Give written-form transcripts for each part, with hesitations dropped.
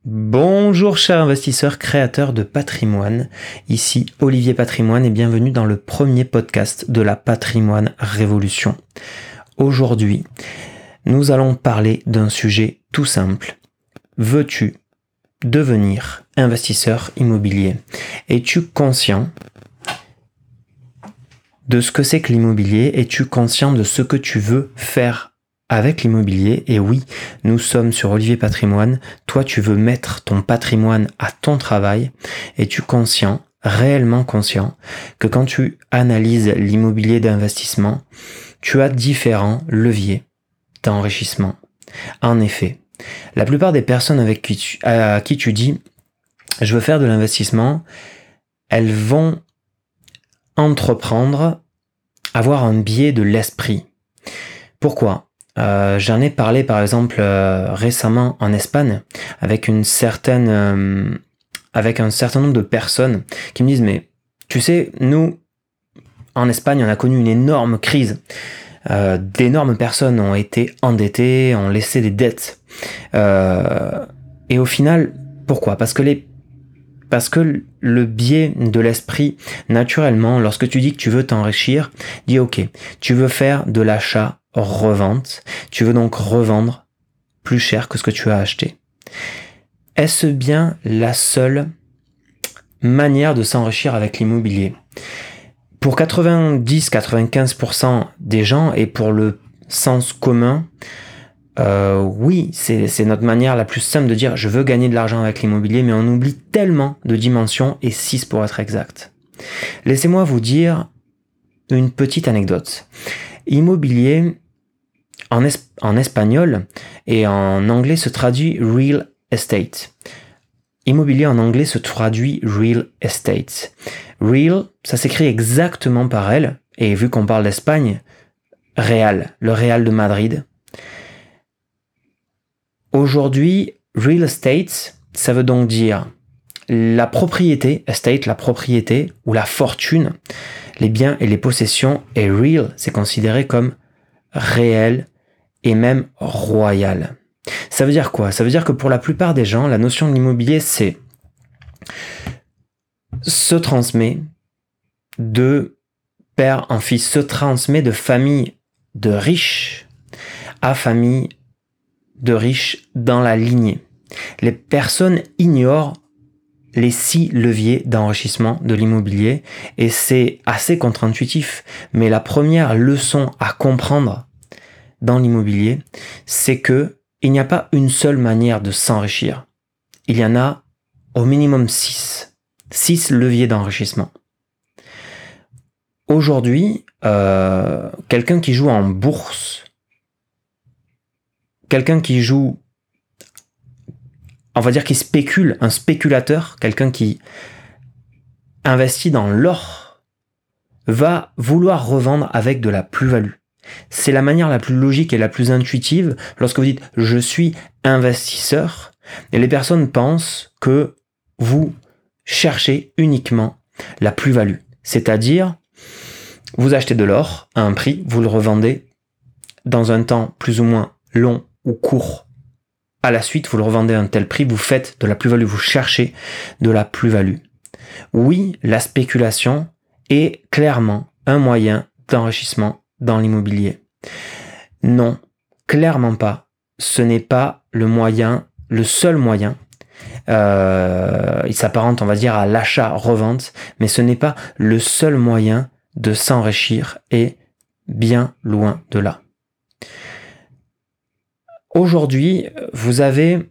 Bonjour chers investisseurs créateurs de patrimoine, ici Olivier Patrimoine et bienvenue dans le premier podcast de la Patrimoine Révolution. Aujourd'hui, nous allons parler d'un sujet tout simple. Veux-tu devenir investisseur immobilier? Es-tu conscient de ce que c'est que l'immobilier? Es-tu conscient de ce que tu veux faire avec l'immobilier? Et oui, nous sommes sur Olivier Patrimoine. Toi, tu veux mettre ton patrimoine à ton travail. Es-tu conscient, réellement conscient, que quand tu analyses l'immobilier d'investissement, tu as différents leviers d'enrichissement? En effet, la plupart des personnes à qui tu dis « je veux faire de l'investissement », elles vont entreprendre, avoir un biais de l'esprit. Pourquoi ? J'en ai parlé par exemple récemment en Espagne avec un certain nombre de personnes qui me disent mais tu sais, nous en Espagne on a connu une énorme crise, d'énormes personnes ont été endettées, ont laissé des dettes et au final pourquoi? Parce que le biais de l'esprit, naturellement, lorsque tu dis que tu veux t'enrichir, dis ok, tu veux faire de l'achat-revente, tu veux donc revendre plus cher que ce que tu as acheté. Est-ce bien la seule manière de s'enrichir avec l'immobilier? Pour 90-95% des gens et pour le sens commun, oui, c'est notre manière la plus simple de dire je veux gagner de l'argent avec l'immobilier, mais on oublie tellement de dimensions, et 6 pour être exact. Laissez-moi vous dire une petite anecdote. Immobilier, en espagnol et en anglais se traduit real estate. Immobilier en anglais se traduit real estate. Real, ça s'écrit exactement pareil, et vu qu'on parle d'Espagne, Real, le Real de Madrid. Aujourd'hui, real estate, ça veut donc dire la propriété, estate, la propriété ou la fortune, les biens et les possessions, et real, c'est considéré comme réel et même royal. Ça veut dire quoi? Ça veut dire que pour la plupart des gens, la notion de l'immobilier, c'est se transmet de père en fils, se transmet de famille de riches à famille de riches dans la lignée. Les personnes ignorent les 6 leviers d'enrichissement de l'immobilier et c'est assez contre-intuitif, mais la première leçon à comprendre dans l'immobilier, c'est que il n'y a pas une seule manière de s'enrichir. Il y en a au minimum 6. 6 leviers d'enrichissement. Aujourd'hui, quelqu'un qui joue en bourse, quelqu'un qui joue, on va dire qui spécule, un spéculateur, quelqu'un qui investit dans l'or, va vouloir revendre avec de la plus-value. C'est la manière la plus logique et la plus intuitive lorsque vous dites « je suis investisseur » et les personnes pensent que vous cherchez uniquement la plus-value. C'est-à-dire, vous achetez de l'or à un prix, vous le revendez dans un temps plus ou moins long ou court. À la suite, vous le revendez à un tel prix, vous faites de la plus-value, vous cherchez de la plus-value. Oui, la spéculation est clairement un moyen d'enrichissement dans l'immobilier. Non, clairement pas. Ce n'est pas le seul moyen. Il s'apparente, on va dire, à l'achat-revente, mais ce n'est pas le seul moyen de s'enrichir et bien loin de là. Aujourd'hui, vous avez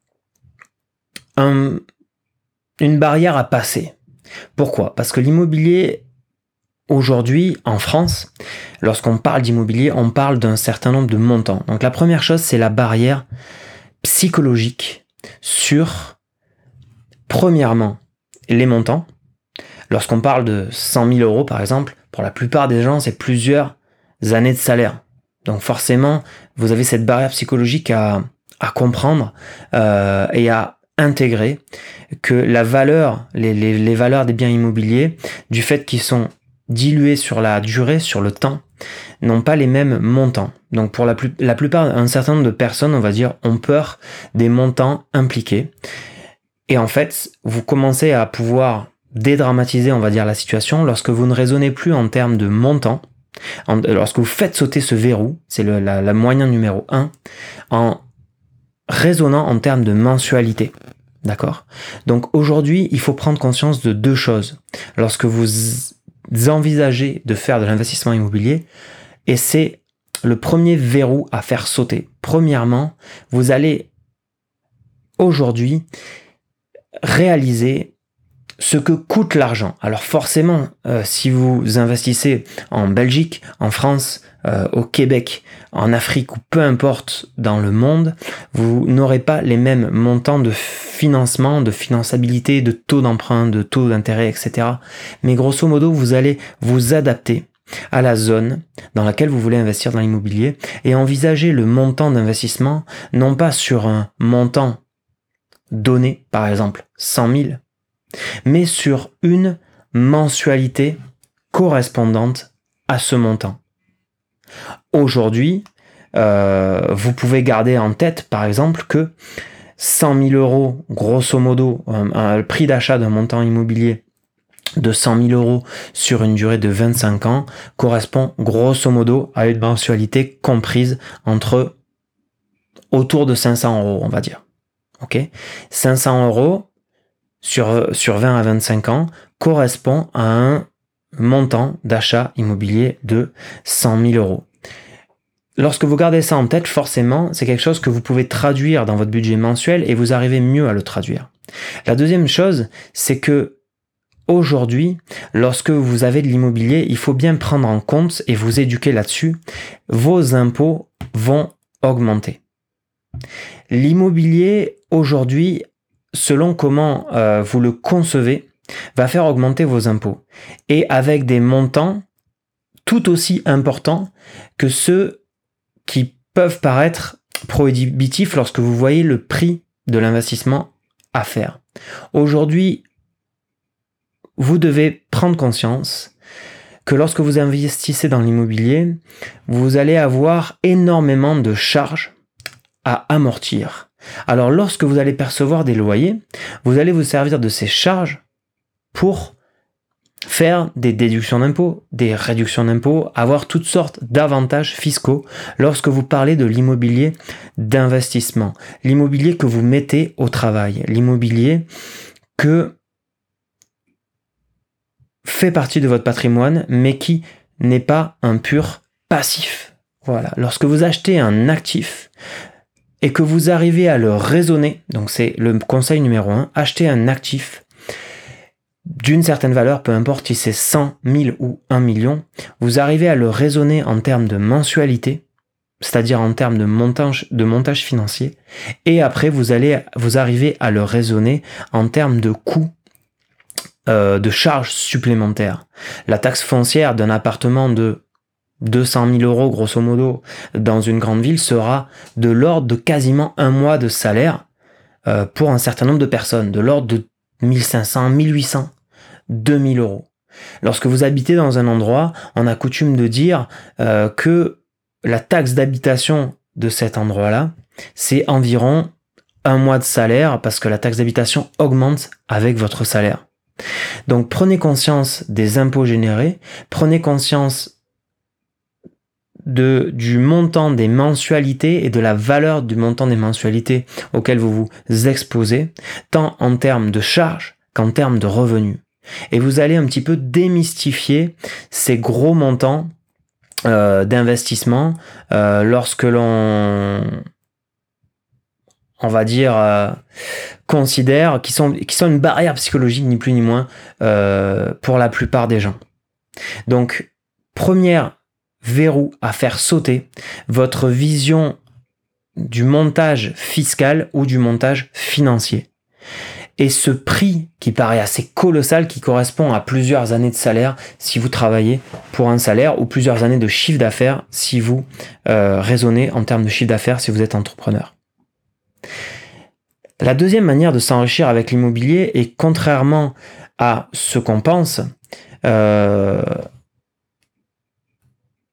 une barrière à passer. Pourquoi? Parce que l'immobilier, aujourd'hui, en France, lorsqu'on parle d'immobilier, on parle d'un certain nombre de montants. Donc la première chose, c'est la barrière psychologique sur, premièrement, les montants. Lorsqu'on parle de 100 000 euros, par exemple, pour la plupart des gens, c'est plusieurs années de salaire. Donc forcément, vous avez cette barrière psychologique à comprendre et à intégrer que la valeur, les valeurs des biens immobiliers, du fait qu'ils sont dilués sur la durée, sur le temps, n'ont pas les mêmes montants. Donc pour la plupart, un certain nombre de personnes, on va dire, ont peur des montants impliqués. Et en fait, vous commencez à pouvoir dédramatiser, on va dire, la situation lorsque vous ne raisonnez plus en termes de montant, lorsque vous faites sauter ce verrou, c'est la moyen numéro 1, en raisonnant en termes de mensualité. D'accord ? Donc aujourd'hui, il faut prendre conscience de 2 choses. Lorsque vous envisagez de faire de l'investissement immobilier, et c'est le premier verrou à faire sauter. Premièrement, vous allez aujourd'hui réaliser ce que coûte l'argent. Alors forcément, si vous investissez en Belgique, en France, au Québec, en Afrique ou peu importe dans le monde, vous n'aurez pas les mêmes montants de financement, de finançabilité, de taux d'emprunt, de taux d'intérêt, etc. Mais grosso modo, vous allez vous adapter à la zone dans laquelle vous voulez investir dans l'immobilier et envisager le montant d'investissement non pas sur un montant donné, par exemple 100 000, mais sur une mensualité correspondante à ce montant. Aujourd'hui, vous pouvez garder en tête, par exemple, que 100 000 euros, grosso modo, le prix d'achat d'un montant immobilier de 100 000 euros sur une durée de 25 ans correspond grosso modo à une mensualité comprise entre autour de 500 euros, on va dire. Ok, 500 euros sur 20 à 25 ans correspond à un montant d'achat immobilier de 100 000 euros. Lorsque vous gardez ça en tête, forcément, c'est quelque chose que vous pouvez traduire dans votre budget mensuel et vous arrivez mieux à le traduire. La deuxième chose, c'est que aujourd'hui, lorsque vous avez de l'immobilier, il faut bien prendre en compte et vous éduquer là-dessus, vos impôts vont augmenter. L'immobilier, aujourd'hui, selon comment vous le concevez, va faire augmenter vos impôts. Et avec des montants tout aussi importants que ceux qui peuvent paraître prohibitifs lorsque vous voyez le prix de l'investissement à faire. Aujourd'hui, vous devez prendre conscience que lorsque vous investissez dans l'immobilier, vous allez avoir énormément de charges à amortir. Alors lorsque vous allez percevoir des loyers, vous allez vous servir de ces charges pour faire des déductions d'impôts, des réductions d'impôts, avoir toutes sortes d'avantages fiscaux lorsque vous parlez de l'immobilier d'investissement, l'immobilier que vous mettez au travail, l'immobilier que fait partie de votre patrimoine, mais qui n'est pas un pur passif. Voilà. Lorsque vous achetez un actif et que vous arrivez à le raisonner, donc c'est le conseil numéro 1, acheter un actif d'une certaine valeur, peu importe si c'est 100 000 ou 1 million, vous arrivez à le raisonner en termes de mensualité, c'est-à-dire en termes de montage financier, et après vous arrivez à le raisonner en termes de coûts, de charges supplémentaires. La taxe foncière d'un appartement de 200 000 euros, grosso modo, dans une grande ville sera de l'ordre de quasiment un mois de salaire pour un certain nombre de personnes, de l'ordre de 1500, 1800, 2000 euros. Lorsque vous habitez dans un endroit, on a coutume de dire que la taxe d'habitation de cet endroit-là, c'est environ un mois de salaire parce que la taxe d'habitation augmente avec votre salaire. Donc prenez conscience des impôts générés, prenez conscience du montant des mensualités et de la valeur du montant des mensualités auxquelles vous vous exposez, tant en termes de charges qu'en termes de revenus. Et vous allez un petit peu démystifier ces gros montants d'investissement lorsque l'on va dire considère qui sont une barrière psychologique ni plus ni moins pour la plupart des gens. Donc première verrou à faire sauter, votre vision du montage fiscal ou du montage financier. Et ce prix qui paraît assez colossal, qui correspond à plusieurs années de salaire si vous travaillez pour un salaire, ou plusieurs années de chiffre d'affaires si vous raisonnez en termes de chiffre d'affaires si vous êtes entrepreneur. La deuxième manière de s'enrichir avec l'immobilier, et contrairement à ce qu'on pense,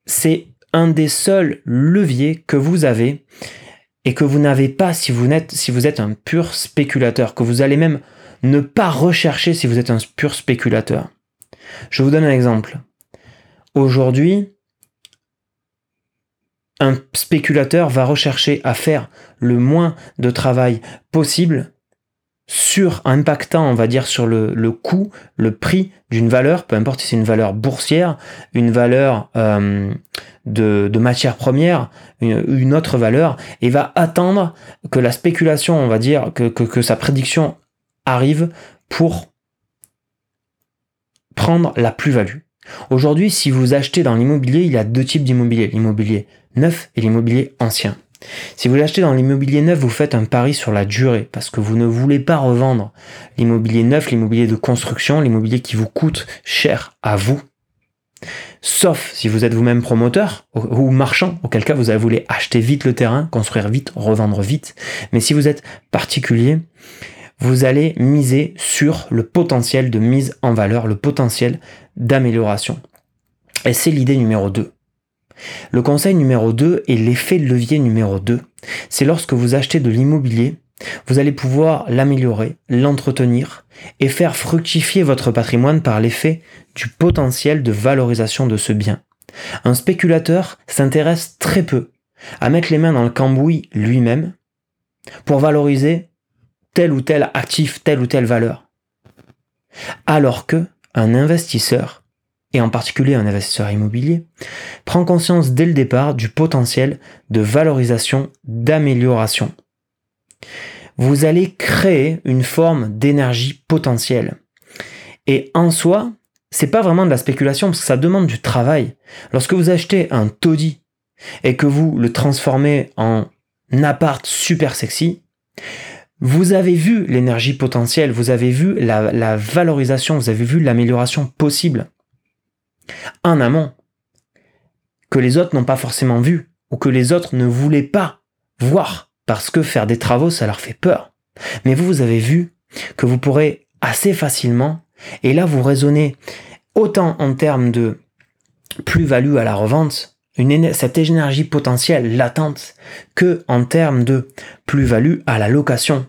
c'est un des seuls leviers que vous avez et que vous n'avez pas si vous êtes un pur spéculateur, que vous allez même ne pas rechercher si vous êtes un pur spéculateur. Je vous donne un exemple. Aujourd'hui, un spéculateur va rechercher à faire le moins de travail possible impactant, on va dire, sur le coût, le prix d'une valeur, peu importe si c'est une valeur boursière, une valeur de matière première, une autre valeur, et va attendre que la spéculation, on va dire, que sa prédiction arrive pour prendre la plus-value. Aujourd'hui, si vous achetez dans l'immobilier, il y a deux types d'immobilier, l'immobilier neuf et l'immobilier ancien. Si vous l'achetez dans l'immobilier neuf, vous faites un pari sur la durée parce que vous ne voulez pas revendre l'immobilier neuf, l'immobilier de construction, l'immobilier qui vous coûte cher à vous. Sauf si vous êtes vous-même promoteur ou marchand, auquel cas vous voulez acheter vite le terrain, construire vite, revendre vite. Mais si vous êtes particulier, vous allez miser sur le potentiel de mise en valeur, le potentiel d'amélioration. Et c'est l'idée numéro 2. Le conseil numéro 2 et l'effet de levier numéro 2, c'est lorsque vous achetez de l'immobilier, vous allez pouvoir l'améliorer, l'entretenir et faire fructifier votre patrimoine par l'effet du potentiel de valorisation de ce bien. Un spéculateur s'intéresse très peu à mettre les mains dans le cambouis lui-même pour valoriser tel ou tel actif, telle ou telle valeur. Alors que un investisseur, et en particulier un investisseur immobilier, prend conscience dès le départ du potentiel de valorisation, d'amélioration. Vous allez créer une forme d'énergie potentielle. Et en soi, c'est pas vraiment de la spéculation parce que ça demande du travail. Lorsque vous achetez un taudis et que vous le transformez en appart super sexy, vous avez vu l'énergie potentielle, vous avez vu la valorisation, vous avez vu l'amélioration possible en amont, que les autres n'ont pas forcément vu, ou que les autres ne voulaient pas voir, parce que faire des travaux, ça leur fait peur. Mais vous avez vu que vous pourrez assez facilement, et là vous raisonnez autant en termes de plus-value à la revente, cette énergie potentielle latente, que en termes de plus-value à la location.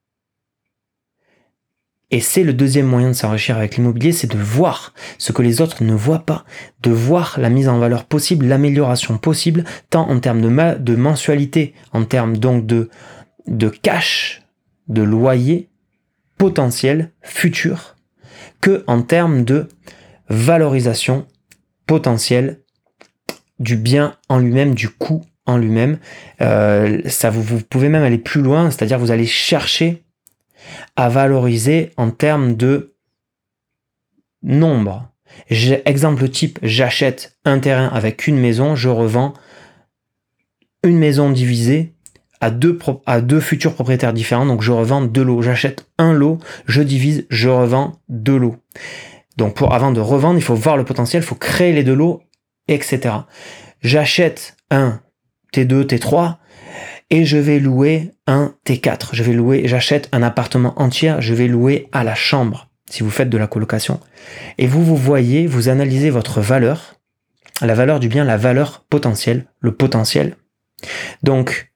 Et c'est le deuxième moyen de s'enrichir avec l'immobilier, c'est de voir ce que les autres ne voient pas, de voir la mise en valeur possible, l'amélioration possible, tant en termes de mensualité, en termes donc de cash, de loyer potentiel, futur, que en termes de valorisation potentielle du bien en lui-même, du coût en lui-même. Vous pouvez même aller plus loin, c'est-à-dire vous allez chercher à valoriser en termes de nombre. Exemple type, j'achète un terrain avec une maison, je revends une maison divisée à deux futurs propriétaires différents, donc je revends 2 lots. J'achète un lot, je divise, je revends 2 lots. Donc avant de revendre, il faut voir le potentiel, il faut créer les 2 lots, etc. J'achète un T2, T3, et je vais louer un T4. J'achète un appartement entier, je vais louer à la chambre, si vous faites de la colocation. Et vous voyez, vous analysez votre valeur, la valeur du bien, la valeur potentielle, le potentiel. Donc,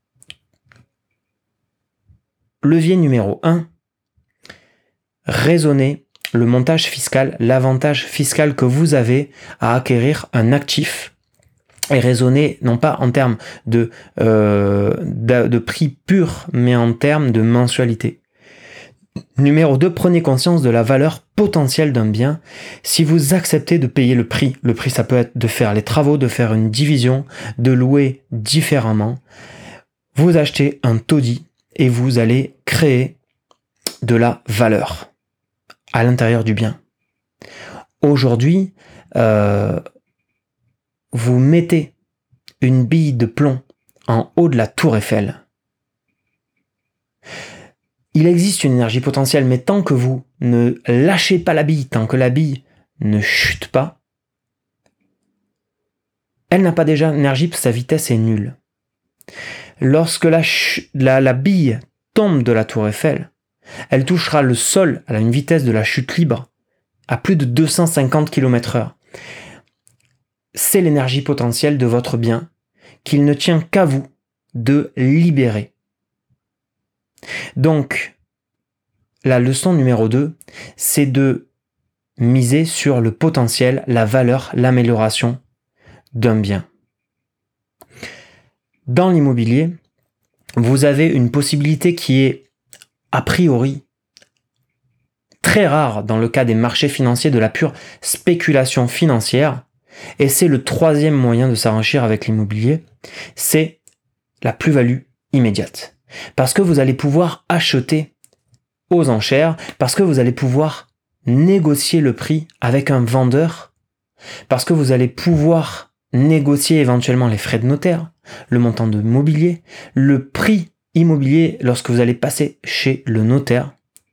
levier numéro 1, raisonner le montage fiscal, l'avantage fiscal que vous avez à acquérir un actif et raisonner non pas en termes de prix pur, mais en termes de mensualité. Numéro 2, prenez conscience de la valeur potentielle d'un bien. Si vous acceptez de payer le prix ça peut être de faire les travaux, de faire une division, de louer différemment, vous achetez un taudis et vous allez créer de la valeur à l'intérieur du bien. Aujourd'hui, vous mettez une bille de plomb en haut de la tour Eiffel. Il existe une énergie potentielle, mais tant que vous ne lâchez pas la bille, tant que la bille ne chute pas, elle n'a pas déjà d'énergie parce que sa vitesse est nulle. Lorsque la bille tombe de la tour Eiffel, elle touchera le sol à une vitesse de la chute libre à plus de 250 km/h. c'est l'énergie potentielle de votre bien qu'il ne tient qu'à vous de libérer. Donc, la leçon numéro 2, c'est de miser sur le potentiel, la valeur, l'amélioration d'un bien. Dans l'immobilier, vous avez une possibilité qui est a priori très rare dans le cas des marchés financiers, de la pure spéculation financière, et c'est le troisième moyen de s'enrichir avec l'immobilier, c'est la plus-value immédiate. Parce que vous allez pouvoir acheter aux enchères, parce que vous allez pouvoir négocier le prix avec un vendeur, parce que vous allez pouvoir négocier éventuellement les frais de notaire, le montant de mobilier, le prix immobilier lorsque vous allez passer chez le notaire,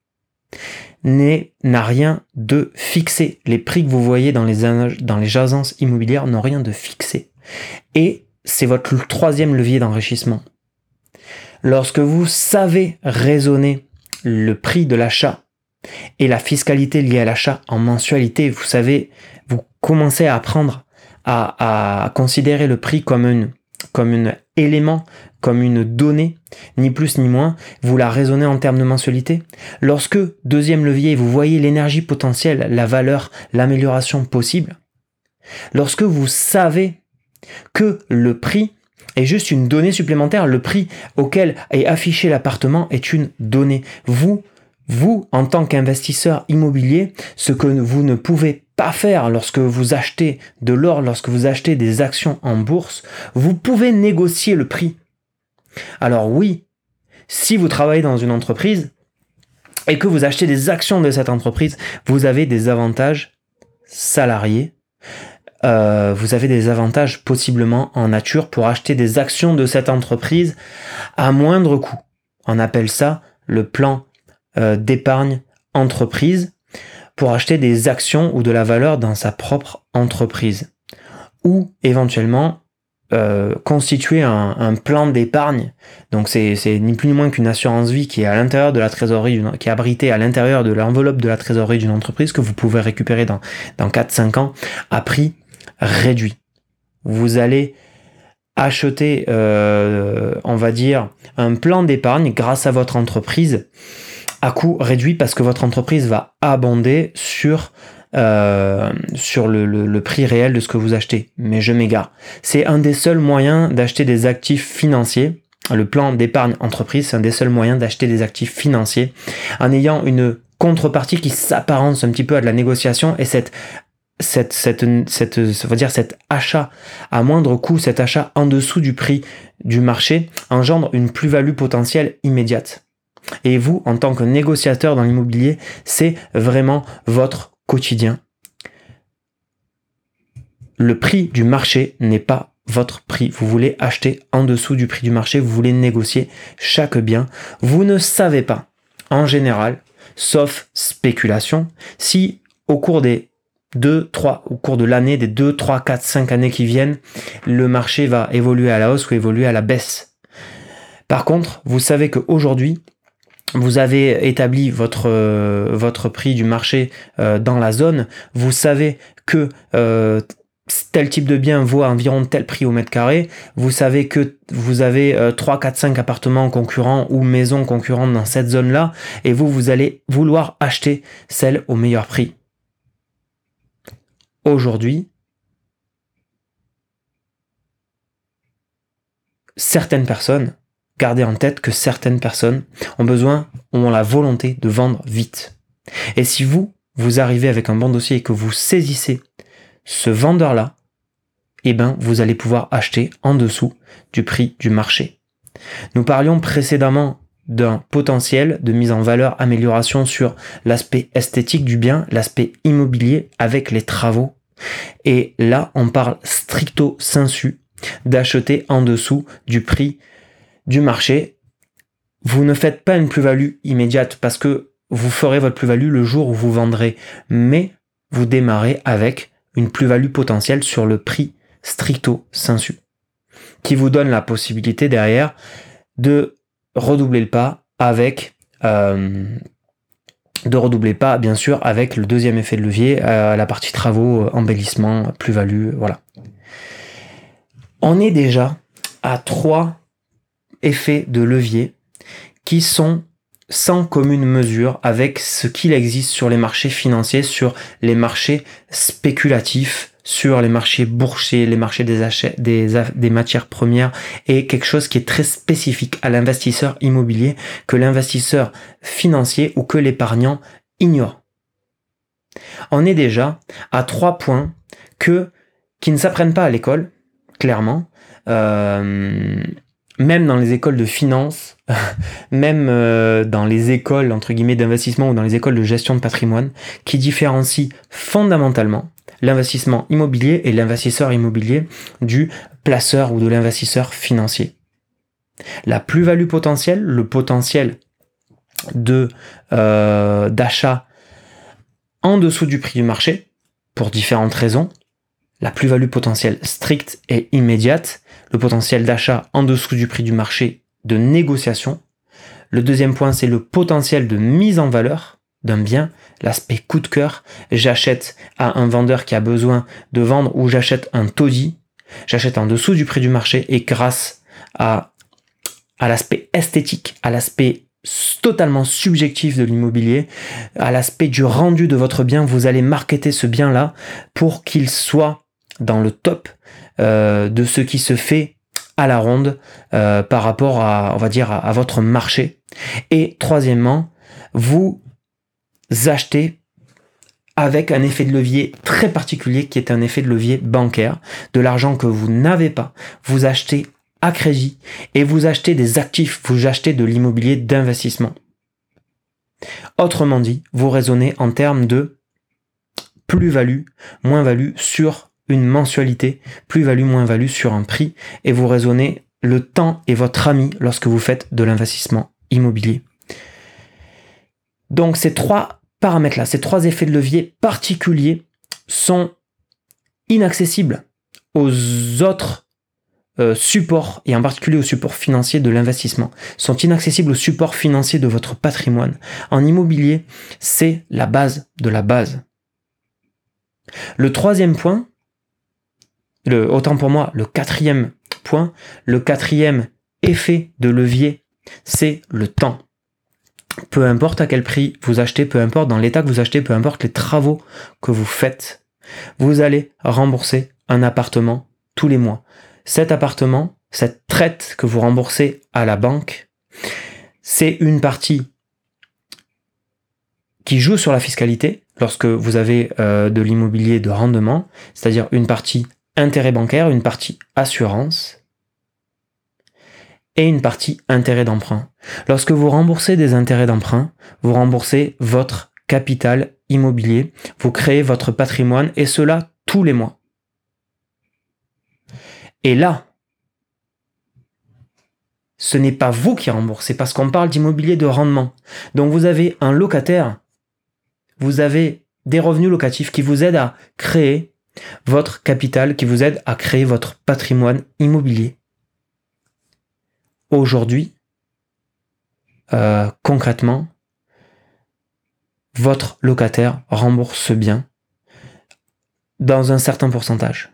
n'a rien de fixé. Les prix que vous voyez dans les agences immobilières n'ont rien de fixé. Et c'est votre troisième levier d'enrichissement. Lorsque vous savez raisonner le prix de l'achat et la fiscalité liée à l'achat en mensualité, vous commencez à apprendre à considérer le prix comme un élément, comme une donnée, ni plus ni moins, vous la raisonnez en termes de mensualité. Lorsque, deuxième levier, vous voyez l'énergie potentielle, la valeur, l'amélioration possible, lorsque vous savez que le prix est juste une donnée supplémentaire, le prix auquel est affiché l'appartement est une donnée. Vous, en tant qu'investisseur immobilier, ce que vous ne pouvez pas faire lorsque vous achetez de l'or, lorsque vous achetez des actions en bourse, vous pouvez négocier le prix. Alors oui, si vous travaillez dans une entreprise et que vous achetez des actions de cette entreprise, vous avez des avantages salariés, vous avez des avantages possiblement en nature pour acheter des actions de cette entreprise à moindre coût. On appelle ça le plan d'épargne entreprise pour acheter des actions ou de la valeur dans sa propre entreprise. Ou éventuellement constituer un plan d'épargne. Donc c'est ni plus ni moins qu'une assurance vie qui est à l'intérieur de la trésorerie, qui est abritée à l'intérieur de l'enveloppe de la trésorerie d'une entreprise que vous pouvez récupérer dans 4-5 ans à prix réduit. Vous allez acheter, on va dire, un plan d'épargne grâce à votre entreprise à coût réduit parce que votre entreprise va abonder sur le prix réel de ce que vous achetez. Mais je m'égare. C'est un des seuls moyens d'acheter des actifs financiers. Le plan d'épargne entreprise, c'est un des seuls moyens d'acheter des actifs financiers en ayant une contrepartie qui s'apparence un petit peu à de la négociation et cet achat à moindre coût, cet achat en dessous du prix du marché engendre une plus-value potentielle immédiate. Et vous, en tant que négociateur dans l'immobilier, c'est vraiment votre quotidien. Le prix du marché n'est pas votre prix. Vous voulez acheter en dessous du prix du marché, vous voulez négocier chaque bien. Vous ne savez pas, en général, sauf spéculation, si au cours des au cours de l'année, des 2, 3, 4, 5 années qui viennent, le marché va évoluer à la hausse ou évoluer à la baisse. Par contre, vous savez qu'aujourd'hui, vous avez établi votre prix du marché dans la zone, vous savez que tel type de bien vaut environ tel prix au mètre carré, vous savez que vous avez 3, 4, 5 appartements concurrents ou maisons concurrentes dans cette zone-là, et vous allez vouloir acheter celle au meilleur prix. Aujourd'hui, certaines personnes, gardez en tête que certaines personnes ont la volonté de vendre vite. Et si vous arrivez avec un bon dossier et que vous saisissez ce vendeur-là, vous allez pouvoir acheter en dessous du prix du marché. Nous parlions précédemment d'un potentiel de mise en valeur, amélioration sur l'aspect esthétique du bien, l'aspect immobilier avec les travaux. Et là, on parle stricto sensu d'acheter en dessous du prix du marché. Vous ne faites pas une plus-value immédiate parce que vous ferez votre plus-value le jour où vous vendrez, mais vous démarrez avec une plus-value potentielle sur le prix stricto sensu qui vous donne la possibilité derrière de redoubler le pas bien sûr avec le deuxième effet de levier, la partie travaux, embellissement, plus-value, voilà. On est déjà à 3 effets de levier qui sont sans commune mesure avec ce qu'il existe sur les marchés financiers, sur les marchés spéculatifs, sur les marchés boursiers, les marchés des achats, des matières premières, et quelque chose qui est très spécifique à l'investisseur immobilier que l'investisseur financier ou que l'épargnant ignore. On est déjà à 3 points qui ne s'apprennent pas à l'école, clairement, même dans les écoles de finance, même dans les écoles entre guillemets d'investissement ou dans les écoles de gestion de patrimoine, qui différencient fondamentalement l'investissement immobilier et l'investisseur immobilier du placeur ou de l'investisseur financier. La plus-value potentielle, le potentiel d'achat en dessous du prix du marché, pour différentes raisons. La plus-value potentielle stricte et immédiate, le potentiel d'achat en dessous du prix du marché de négociation. Le deuxième point, c'est le potentiel de mise en valeur d'un bien, l'aspect coup de cœur. J'achète à un vendeur qui a besoin de vendre ou j'achète un taudis. J'achète en dessous du prix du marché et grâce à l'aspect esthétique, à l'aspect totalement subjectif de l'immobilier, à l'aspect du rendu de votre bien, vous allez marketer ce bien-là pour qu'il soit dans le top de ce qui se fait à la ronde par rapport à, on va dire, à votre marché. Et troisièmement, vous achetez avec un effet de levier très particulier qui est un effet de levier bancaire, de l'argent que vous n'avez pas, vous achetez à crédit et vous achetez des actifs, vous achetez de l'immobilier d'investissement. Autrement dit, vous raisonnez en termes de plus-value, moins-value sur une mensualité, plus-value, moins-value sur un prix, et vous raisonnez le temps est votre ami lorsque vous faites de l'investissement immobilier. Donc ces 3 paramètres-là, ces 3 effets de levier particuliers sont inaccessibles aux autres supports, et en particulier au support financier de l'investissement, sont inaccessibles au support financier de votre patrimoine. En immobilier, c'est la base de la base. Le troisième point, autant pour moi, le quatrième point, le quatrième effet de levier, c'est le temps. Peu importe à quel prix vous achetez, peu importe dans l'état que vous achetez, peu importe les travaux que vous faites, vous allez rembourser un appartement tous les mois. Cet appartement, cette traite que vous remboursez à la banque, c'est une partie qui joue sur la fiscalité lorsque vous avez de l'immobilier de rendement, c'est-à-dire une partie intérêt bancaire, une partie assurance et une partie intérêt d'emprunt. Lorsque vous remboursez des intérêts d'emprunt, vous remboursez votre capital immobilier, vous créez votre patrimoine et cela tous les mois. Et là, ce n'est pas vous qui remboursez parce qu'on parle d'immobilier de rendement. Donc vous avez un locataire, vous avez des revenus locatifs qui vous aident à créer votre capital, qui vous aident à créer votre patrimoine immobilier. Aujourd'hui, concrètement, votre locataire rembourse ce bien dans un certain pourcentage.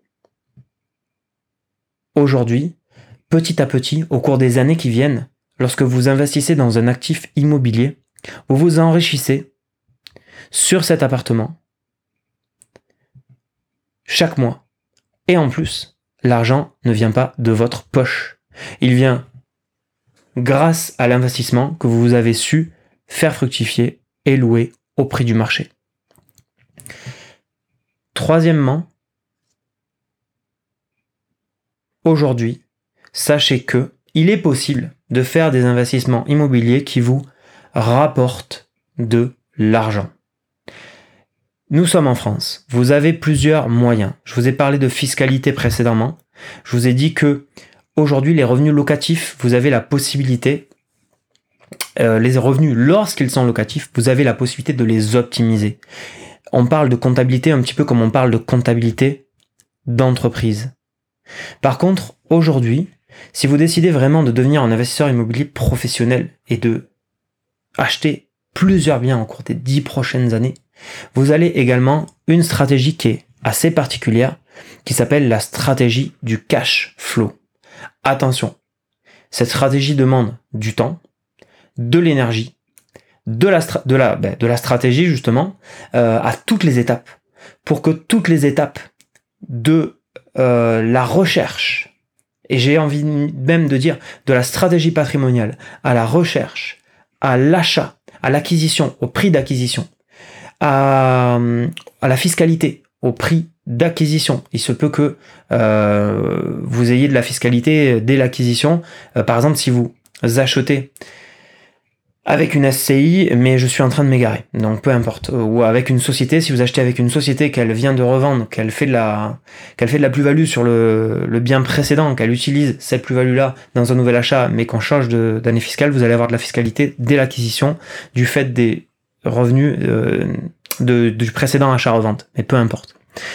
Aujourd'hui, petit à petit, au cours des années qui viennent, lorsque vous investissez dans un actif immobilier, vous vous enrichissez sur cet appartement chaque mois. Et en plus, l'argent ne vient pas de votre poche. Il vient grâce à l'investissement que vous avez su faire fructifier et louer au prix du marché. Troisièmement, aujourd'hui, sachez que il est possible de faire des investissements immobiliers qui vous rapportent de l'argent. Nous sommes en France. Vous avez plusieurs moyens. Je vous ai parlé de fiscalité précédemment. Je vous ai dit que aujourd'hui, les revenus locatifs, vous avez la possibilité, les revenus lorsqu'ils sont locatifs, vous avez la possibilité de les optimiser. On parle de comptabilité un petit peu comme on parle de comptabilité d'entreprise. Par contre, aujourd'hui, si vous décidez vraiment de devenir un investisseur immobilier professionnel et de acheter plusieurs biens au cours des 10 prochaines années, vous allez également une stratégie qui est assez particulière, qui s'appelle la stratégie du cash flow. Attention, cette stratégie demande du temps, de l'énergie, de la stratégie justement, à toutes les étapes, pour que toutes les étapes de la recherche, et j'ai envie même de dire de la stratégie patrimoniale, à la recherche, à l'achat, à l'acquisition, au prix d'acquisition, à la fiscalité, au prix d'acquisition. Il se peut que vous ayez de la fiscalité dès l'acquisition. Par exemple, si vous achetez avec une SCI, mais je suis en train de m'égarer, donc peu importe. Ou avec une société, si vous achetez avec une société qu'elle vient de revendre, qu'elle fait de la plus-value sur le bien précédent, qu'elle utilise cette plus-value-là dans un nouvel achat, mais qu'on change d'année fiscale, vous allez avoir de la fiscalité dès l'acquisition du fait des revenus du précédent achat-revente, mais peu importe.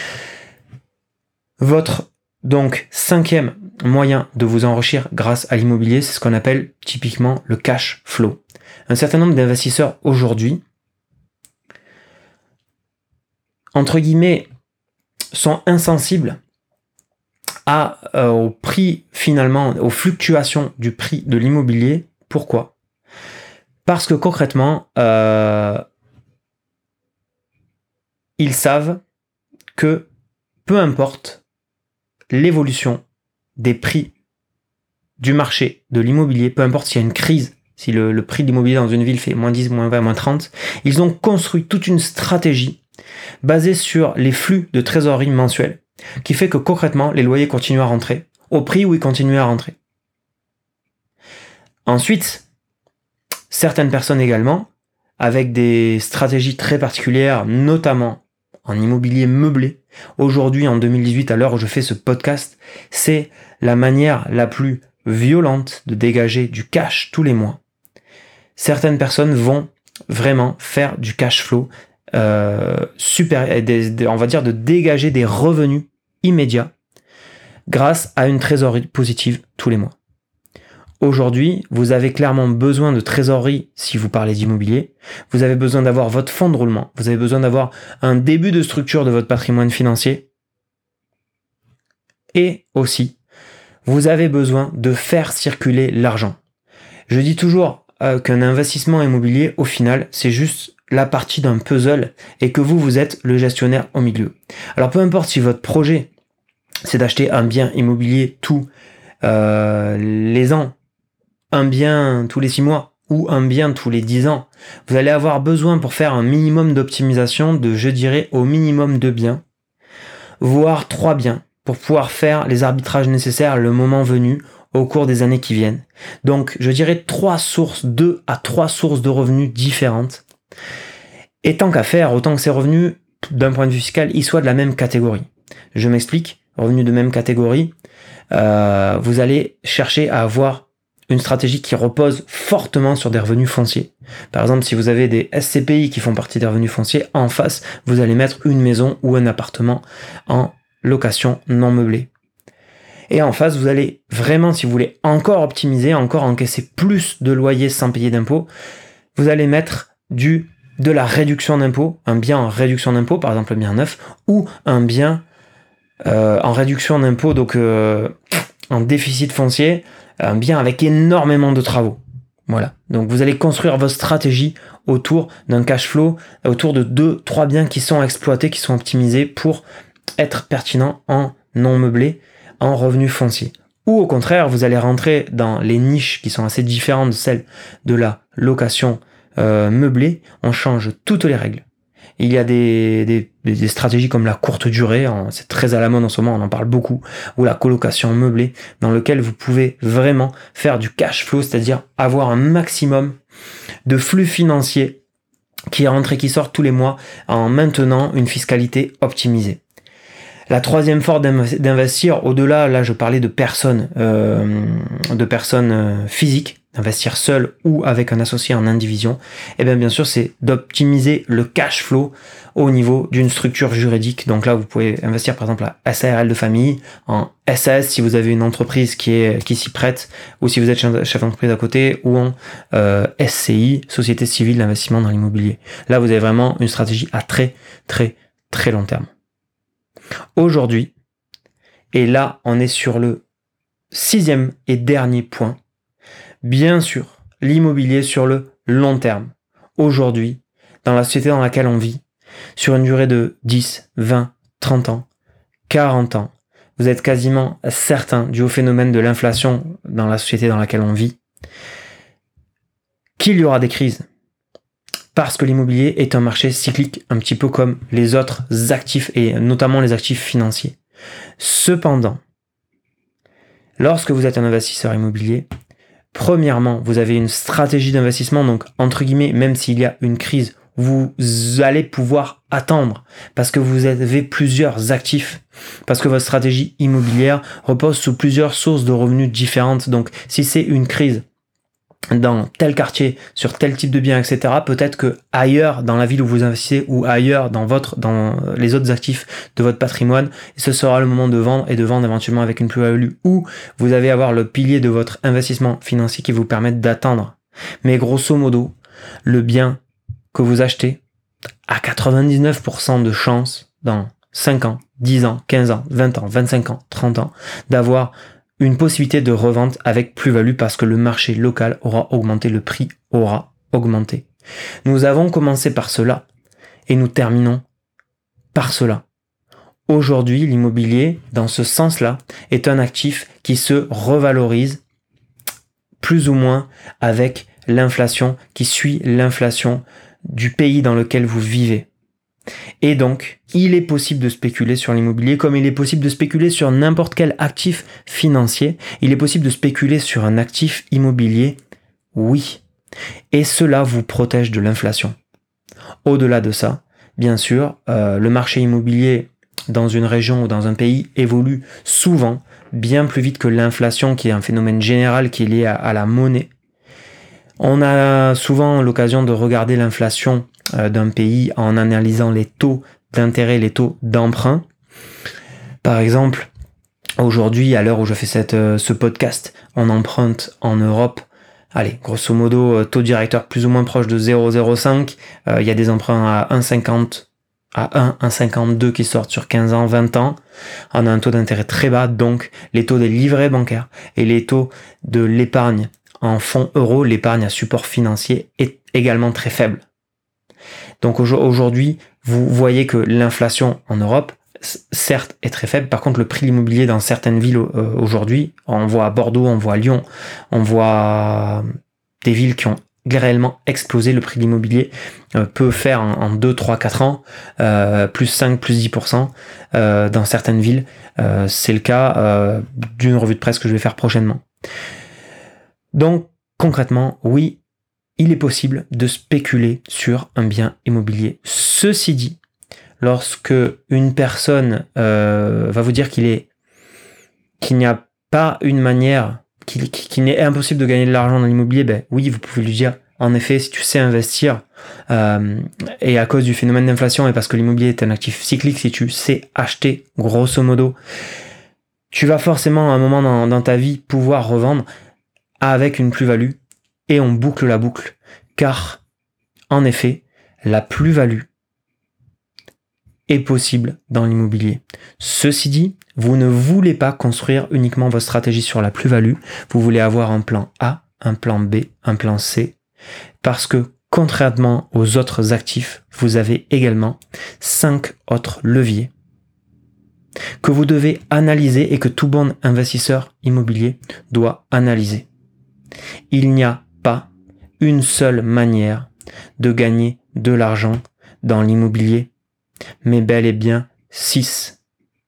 Votre donc 5e moyen de vous enrichir grâce à l'immobilier, c'est ce qu'on appelle typiquement le cash flow. Un certain nombre d'investisseurs aujourd'hui, entre guillemets, sont insensibles au prix finalement, aux fluctuations du prix de l'immobilier. Pourquoi ? Parce que concrètement, ils savent que peu importe l'évolution des prix du marché de l'immobilier, peu importe s'il y a une crise, si le prix de l'immobilier dans une ville fait moins 10, moins 20, moins 30, ils ont construit toute une stratégie basée sur les flux de trésorerie mensuels, qui fait que concrètement, les loyers continuent à rentrer au prix où ils continuent à rentrer. Ensuite, certaines personnes également, avec des stratégies très particulières, notamment en immobilier meublé, aujourd'hui en 2018, à l'heure où je fais ce podcast, c'est la manière la plus violente de dégager du cash tous les mois. Certaines personnes vont vraiment faire du cash flow on va dire de dégager des revenus immédiats grâce à une trésorerie positive tous les mois. Aujourd'hui, vous avez clairement besoin de trésorerie si vous parlez d'immobilier. Vous avez besoin d'avoir votre fonds de roulement. Vous avez besoin d'avoir un début de structure de votre patrimoine financier. Et aussi, vous avez besoin de faire circuler l'argent. Je dis toujours qu'un investissement immobilier, au final, c'est juste la partie d'un puzzle et que vous êtes le gestionnaire au milieu. Alors peu importe si votre projet, c'est d'acheter un bien immobilier tous les ans, un bien tous les 6 mois ou un bien tous les 10 ans, vous allez avoir besoin pour faire un minimum d'optimisation de, je dirais, au minimum 2 biens, voire 3 biens, pour pouvoir faire les arbitrages nécessaires le moment venu au cours des années qui viennent. Donc, je dirais 2 à 3 sources de revenus différentes. Et tant qu'à faire, autant que ces revenus, d'un point de vue fiscal, ils soient de la même catégorie. Je m'explique, revenus de même catégorie, vous allez chercher à avoir une stratégie qui repose fortement sur des revenus fonciers. Par exemple, si vous avez des SCPI qui font partie des revenus fonciers, en face, vous allez mettre une maison ou un appartement en location non meublée. Et en face, vous allez vraiment, si vous voulez encore optimiser, encore encaisser plus de loyers sans payer d'impôts, vous allez mettre de la réduction d'impôts, un bien en réduction d'impôts, par exemple un bien neuf, ou un bien en réduction d'impôts, donc en déficit foncier, un bien avec énormément de travaux. Voilà. Donc vous allez construire votre stratégie autour d'un cash flow, autour de 2-3 biens qui sont exploités, qui sont optimisés pour être pertinents en non meublé, en revenus fonciers. Ou au contraire, vous allez rentrer dans les niches qui sont assez différentes de celles de la location meublée. On change toutes les règles. Il y a des stratégies comme la courte durée, c'est très à la mode en ce moment, on en parle beaucoup, ou la colocation meublée, dans lequel vous pouvez vraiment faire du cash flow, c'est-à-dire avoir un maximum de flux financiers qui rentrent et qui sortent tous les mois en maintenant une fiscalité optimisée. La troisième forme d'investir, au-delà, là je parlais de personnes physiques, investir seul ou avec un associé en indivision, et bien sûr c'est d'optimiser le cash flow au niveau d'une structure juridique. Donc là vous pouvez investir par exemple à SARL de famille, en SAS si vous avez une entreprise qui s'y prête, ou si vous êtes chef d'entreprise à côté, ou en SCI, Société Civile d'Investissement dans l'Immobilier. Là vous avez vraiment une stratégie à très très très long terme. Aujourd'hui, Et là, on est sur le 6e et dernier point. Bien sûr, l'immobilier sur le long terme. Aujourd'hui, dans la société dans laquelle on vit, sur une durée de 10, 20, 30 ans, 40 ans, vous êtes quasiment certain, dû au phénomène de l'inflation dans la société dans laquelle on vit, qu'il y aura des crises. Parce que l'immobilier est un marché cyclique, un petit peu comme les autres actifs, et notamment les actifs financiers. Cependant, lorsque vous êtes un investisseur immobilier, premièrement, vous avez une stratégie d'investissement, donc entre guillemets, même s'il y a une crise, vous allez pouvoir attendre parce que vous avez plusieurs actifs, parce que votre stratégie immobilière repose sur plusieurs sources de revenus différentes. Donc, si c'est une crise dans tel quartier, sur tel type de bien, etc., peut-être que ailleurs dans la ville où vous investissez ou ailleurs dans les autres actifs de votre patrimoine, ce sera le moment de vendre et de vendre éventuellement avec une plus-value, ou vous allez avoir le pilier de votre investissement financier qui vous permette d'attendre. Mais grosso modo, le bien que vous achetez a 99% de chances dans 5 ans, 10 ans, 15 ans, 20 ans, 25 ans, 30 ans d'avoir une possibilité de revente avec plus-value parce que le marché local aura augmenté, le prix aura augmenté. Nous avons commencé par cela et nous terminons par cela. Aujourd'hui, l'immobilier, dans ce sens-là, est un actif qui se revalorise plus ou moins avec l'inflation, qui suit l'inflation du pays dans lequel vous vivez. Et donc, il est possible de spéculer sur l'immobilier comme il est possible de spéculer sur n'importe quel actif financier. Il est possible de spéculer sur un actif immobilier, oui. Et cela vous protège de l'inflation. Au-delà de ça, bien sûr, le marché immobilier dans une région ou dans un pays évolue souvent bien plus vite que l'inflation, qui est un phénomène général qui est lié à la monnaie. On a souvent l'occasion de regarder l'inflation d'un pays en analysant les taux d'intérêt, les taux d'emprunt. Par exemple, aujourd'hui, à l'heure où je fais ce podcast, on emprunte en Europe, allez, grosso modo, taux directeur plus ou moins proche de 0,05. Il y a des emprunts à 1,50, à 1,52 qui sortent sur 15 ans, 20 ans. On a un taux d'intérêt très bas, donc les taux des livrets bancaires et les taux de l'épargne en fonds euros, l'épargne à support financier est également très faible. Donc aujourd'hui, vous voyez que l'inflation en Europe, certes, est très faible. Par contre, le prix de l'immobilier dans certaines villes aujourd'hui, on voit à Bordeaux, on voit à Lyon, on voit des villes qui ont réellement explosé. Le prix de l'immobilier peut faire en 2, 3, 4 ans, plus 5, plus 10% dans certaines villes. C'est le cas d'une revue de presse que je vais faire prochainement. Donc, concrètement, oui, il est possible de spéculer sur un bien immobilier. Ceci dit, lorsque une personne va vous dire qu'il n'y a pas une manière, qu'il est impossible de gagner de l'argent dans l'immobilier, ben oui, vous pouvez lui dire, en effet, si tu sais investir, et à cause du phénomène d'inflation et parce que l'immobilier est un actif cyclique, si tu sais acheter, grosso modo, tu vas forcément à un moment dans ta vie pouvoir revendre avec une plus-value, et on boucle la boucle. Car, en effet, la plus-value est possible dans l'immobilier. Ceci dit, vous ne voulez pas construire uniquement votre stratégie sur la plus-value, vous voulez avoir un plan A, un plan B, un plan C, parce que contrairement aux autres actifs, vous avez également 5 autres leviers que vous devez analyser et que tout bon investisseur immobilier doit analyser. Il n'y a pas une seule manière de gagner de l'argent dans l'immobilier, mais bel et bien 6.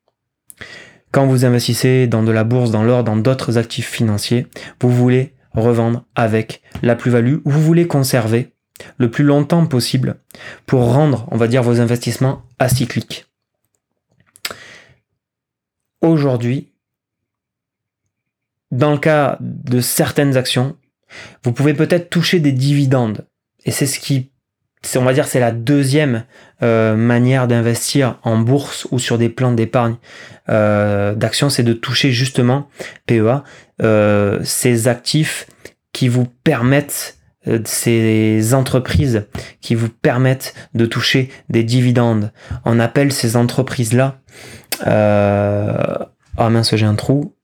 Quand vous investissez dans de la bourse, dans l'or, dans d'autres actifs financiers, vous voulez revendre avec la plus-value ou vous voulez conserver le plus longtemps possible pour rendre, on va dire, vos investissements acycliques. Aujourd'hui, dans le cas de certaines actions, vous pouvez peut-être toucher des dividendes. Et on va dire, c'est la deuxième manière d'investir en bourse ou sur des plans d'épargne d'actions, c'est de toucher justement PEA, ces actifs qui vous permettent, ces entreprises qui vous permettent de toucher des dividendes. On appelle ces entreprises-là ah mince, j'ai un trou,